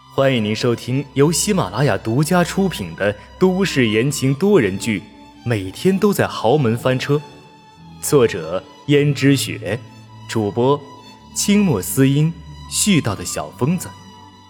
欢迎您收听由喜马拉雅独家出品的都市言情多人剧《每天都在豪门翻车》，作者胭脂雪，主播清墨思音，絮叨的小疯子。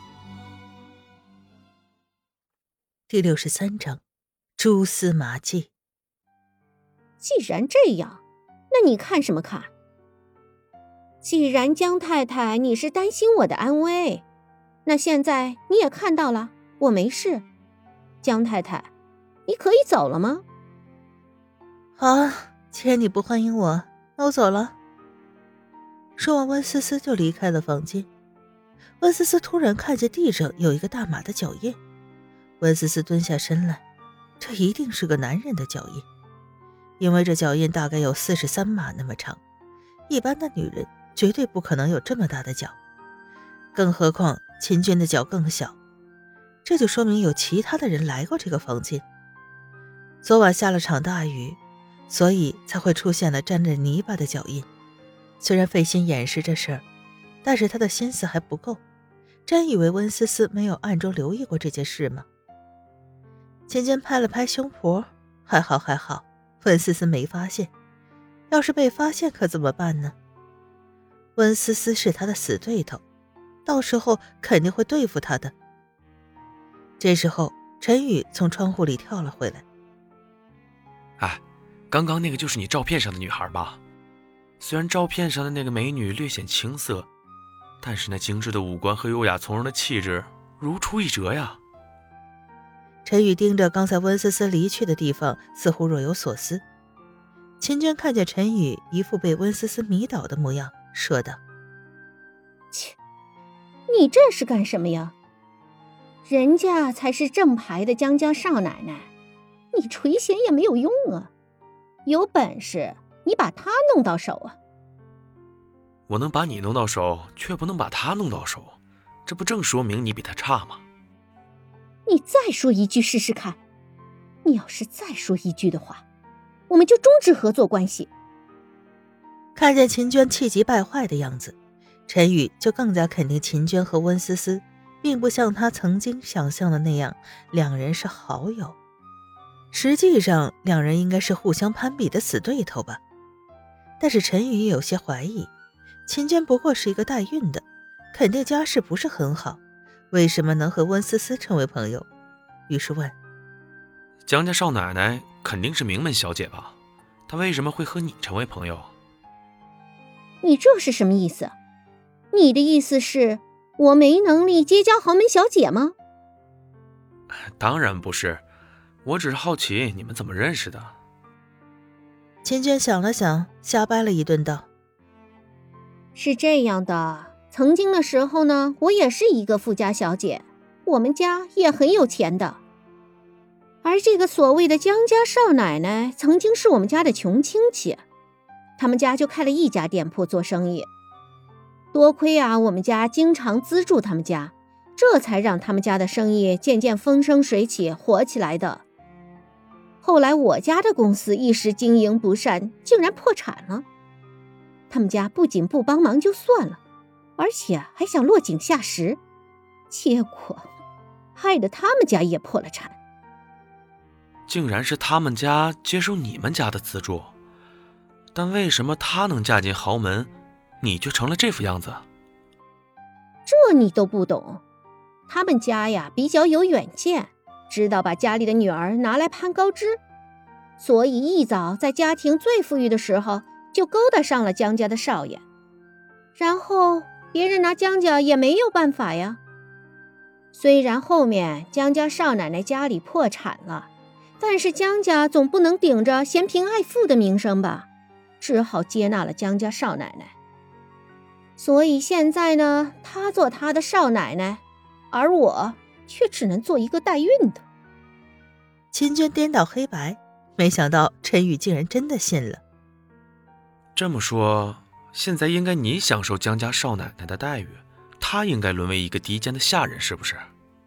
第63章蛛丝马迹。 既然这样，那你看什么看？既然江太太你是担心我的安危，那现在你也看到了，我没事。江太太，你可以走了吗？ 好啊，既然你不欢迎我，那我走了。说完，温思思就离开了房间。温思思突然看见地上有一个大马的脚印，温思思蹲下身来，这一定是个男人的脚印，因为这脚印大概有43码那么长，一般的女人绝对不可能有这么大的脚，更何况秦娟的脚更小，这就说明有其他的人来过这个房间。昨晚下了场大雨，所以才会出现了沾着泥巴的脚印。虽然费心掩饰这事儿，但是他的心思还不够，真以为温思思没有暗中留意过这件事吗？秦娟拍了拍胸脯，还好还好，温思思没发现，要是被发现可怎么办呢？温思思是他的死对头，到时候肯定会对付他的。这时候陈宇从窗户里跳了回来。 哎，刚刚那个就是你照片上的女孩吧？虽然照片上的那个美女略显青涩，但是那精致的五官和优雅从容的气质如出一辙呀。 陈宇盯着刚才温思思离去的地方，似乎若有所思。秦娟看见陈宇一副被温思思迷倒的模样，说道： 切，你这是干什么呀？人家才是正牌的江家少奶奶，你垂涎也没有用啊！有本事你把她弄到手啊！ 我能把你弄到手，却不能把她弄到手，这不正说明你比她差吗？ 你再说一句试试看，你要是再说一句的话，我们就终止合作关系。 看见秦娟气急败坏的样子，陈宇就更加肯定秦娟和温思思并不像他曾经想象的那样，两人是好友。实际上两人应该是互相攀比的死对头吧。但是陈宇也有些怀疑，秦娟不过是一个代孕的，肯定家世不是很好，为什么能和温思思成为朋友？于是问： 江家少奶奶肯定是名门小姐吧？她为什么会和你成为朋友？ 你这是什么意思？你的意思是我没能力结交豪门小姐吗？ 当然不是，我只是好奇你们怎么认识的。 秦娟想了想，瞎掰了一顿道： 是这样的，曾经的时候呢，我也是一个富家小姐，我们家也很有钱的。而这个所谓的江家少奶奶曾经是我们家的穷亲戚，他们家就开了一家店铺做生意，多亏啊我们家经常资助他们家，这才让他们家的生意渐渐风生水起，火起来的。后来我家的公司一时经营不善，竟然破产了。他们家不仅不帮忙就算了，而且还想落井下石，结果害得他们家也破了产。 竟然是他们家接受你们家的资助，但为什么她能嫁进豪门，你却成了这副样子？ 这你都不懂？他们家呀比较有远见，知道把家里的女儿拿来攀高枝，所以一早在家庭最富裕的时候就勾搭上了江家的少爷，然后别人拿江家也没有办法呀。虽然后面江家少奶奶家里破产了，但是江家总不能顶着嫌贫爱富的名声吧，只好接纳了江家少奶奶。所以现在呢，她做她的少奶奶，而我却只能做一个代孕的。 秦娟颠倒黑白，没想到陈宇竟然真的信了。 这么说，现在应该你享受江家少奶奶的待遇，她应该沦为一个低贱的下人，是不是？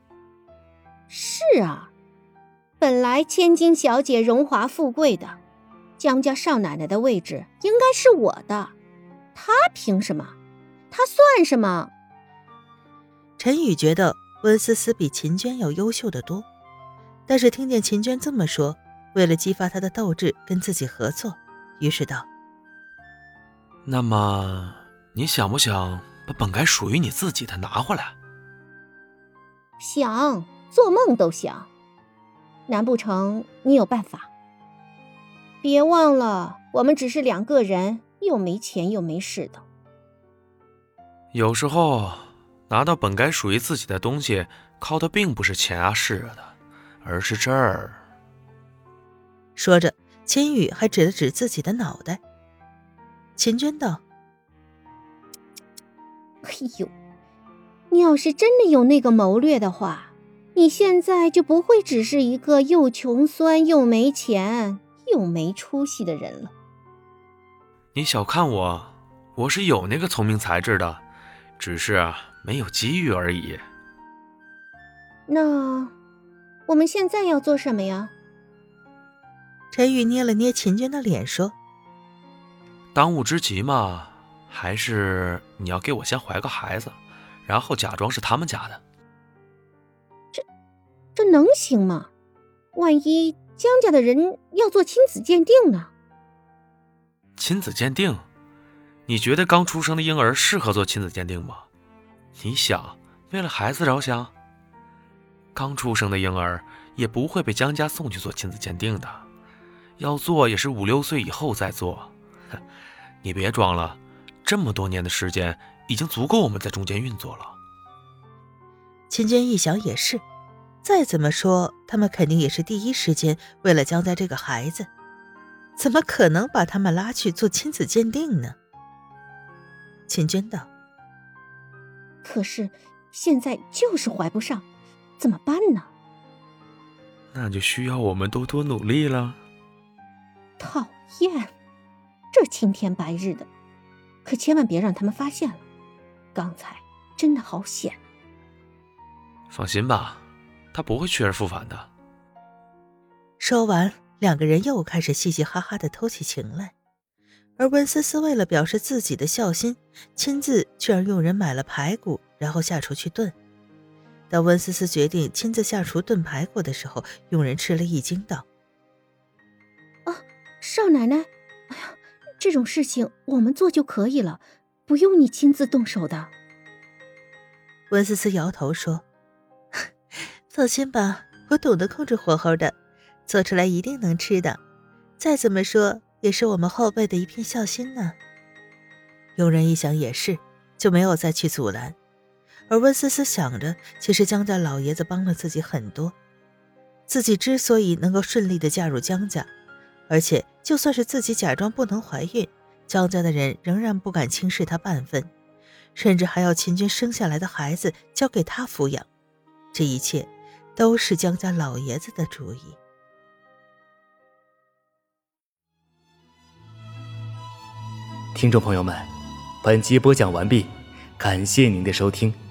是啊，本来千金小姐荣华富贵的，江家少奶奶的位置应该是我的，她凭什么？她算什么？ 陈宇觉得温思思比秦娟要优秀得多，但是听见秦娟这么说，为了激发她的斗志跟自己合作，于是道： 那么你想不想把本该属于你自己的拿回来？ 想，做梦都想。难不成你有办法？别忘了，我们只是2个人，又没钱又没势的。 有时候拿到本该属于自己的东西，靠的并不是钱啊势啊的，而是这儿。 说着，秦宇还指了指自己的脑袋。秦娟道： 哎呦，你要是真的有那个谋略的话，你现在就不会只是一个又穷酸又没钱又没出息的人了。 你小看我，我是有那个聪明才智的，只是没有机遇而已。 那我们现在要做什么呀？ 陈宇捏了捏秦娟的脸说： 当务之急嘛，还是你要给我先怀个孩子，然后假装是他们家的。 这能行吗？万一江家的人要做亲子鉴定呢？ 亲子鉴定？你觉得刚出生的婴儿适合做亲子鉴定吗？你想，为了孩子着想，刚出生的婴儿也不会被江家送去做亲子鉴定的，要做也是5、6岁以后再做。你别装了，这么多年的时间已经足够我们在中间运作了。 秦娟一想也是，再怎么说他们肯定也是第一时间为了江家这个孩子，怎么可能把他们拉去做亲子鉴定呢？秦娟道： 可是现在就是怀不上，怎么办呢？ 那就需要我们多多努力了。 讨厌，这青天白日的，可千万别让他们发现了，刚才真的好险。 放心吧，他不会去而复返的。 说完，2个人又开始嘻嘻哈哈地偷起情来。而温思思为了表示自己的孝心，亲自去让佣人买了排骨，然后下厨去炖。当温思思决定亲自下厨炖排骨的时候，佣人吃了一惊道： 少奶奶，哎呀，这种事情我们做就可以了，不用你亲自动手的。 温思思摇头说：放心吧，我懂得控制火候的，做出来一定能吃的，再怎么说也是我们后辈的一片孝心呢。佣人一想也是，就没有再去阻拦。而温思思想着，其实江家老爷子帮了自己很多，自己之所以能够顺利地嫁入江家，而且就算是自己假装不能怀孕，江家的人仍然不敢轻视她半分，甚至还要秦军生下来的孩子交给她抚养，这一切都是江家老爷子的主意。 听众朋友们，本集播讲完毕，感谢您的收听。